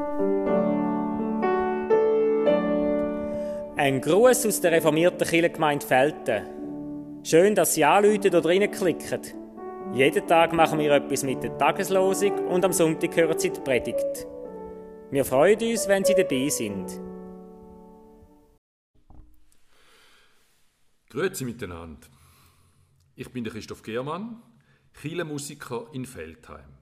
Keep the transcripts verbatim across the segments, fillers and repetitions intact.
Ein Gruß aus der reformierten Kirchengemeinde Velten. Schön, dass Sie anrufen oder reinklicken. Jeden Tag machen wir etwas mit der Tageslosung und am Sonntag hören Sie die Predigt. Wir freuen uns, wenn Sie dabei sind. Grüezi miteinander. Ich bin der Christoph Gehrmann, Kirchenmusiker in Veltheim.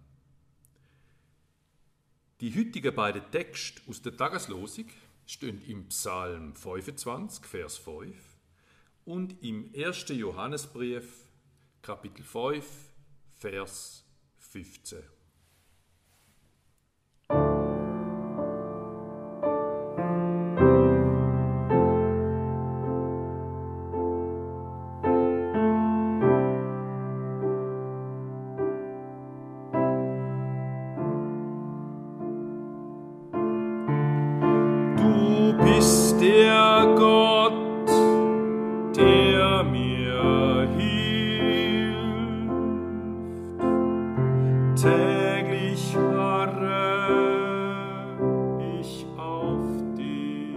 Die heutigen beiden Texte aus der Tageslosung stehen im Psalm fünfundzwanzig, Vers fünf und im ersten Johannesbrief, Kapitel fünf, Vers fünfzehn. Du bist der Gott, der mir hilft. Täglich harre ich auf dich.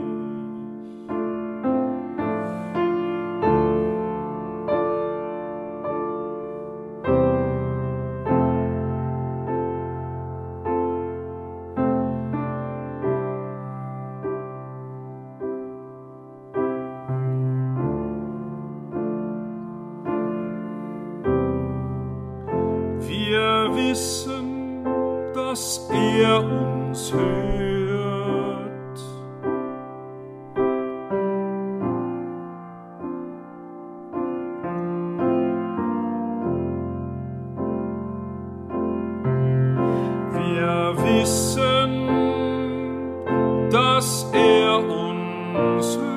Wir wissen, dass er uns hört. Wir wissen, dass er uns hört.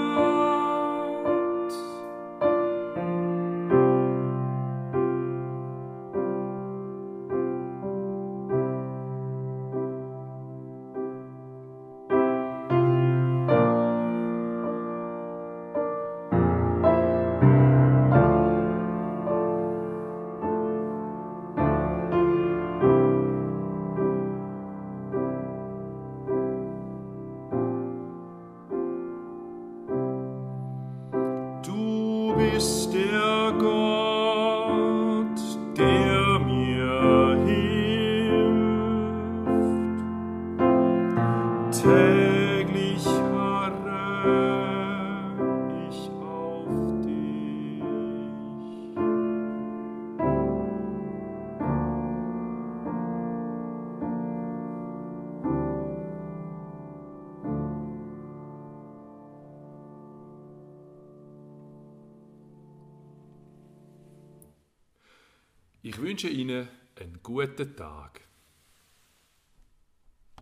Du bist der Gott, der mir hilft. Täglich harre ich auf dich. Ich wünsche Ihnen einen guten Tag.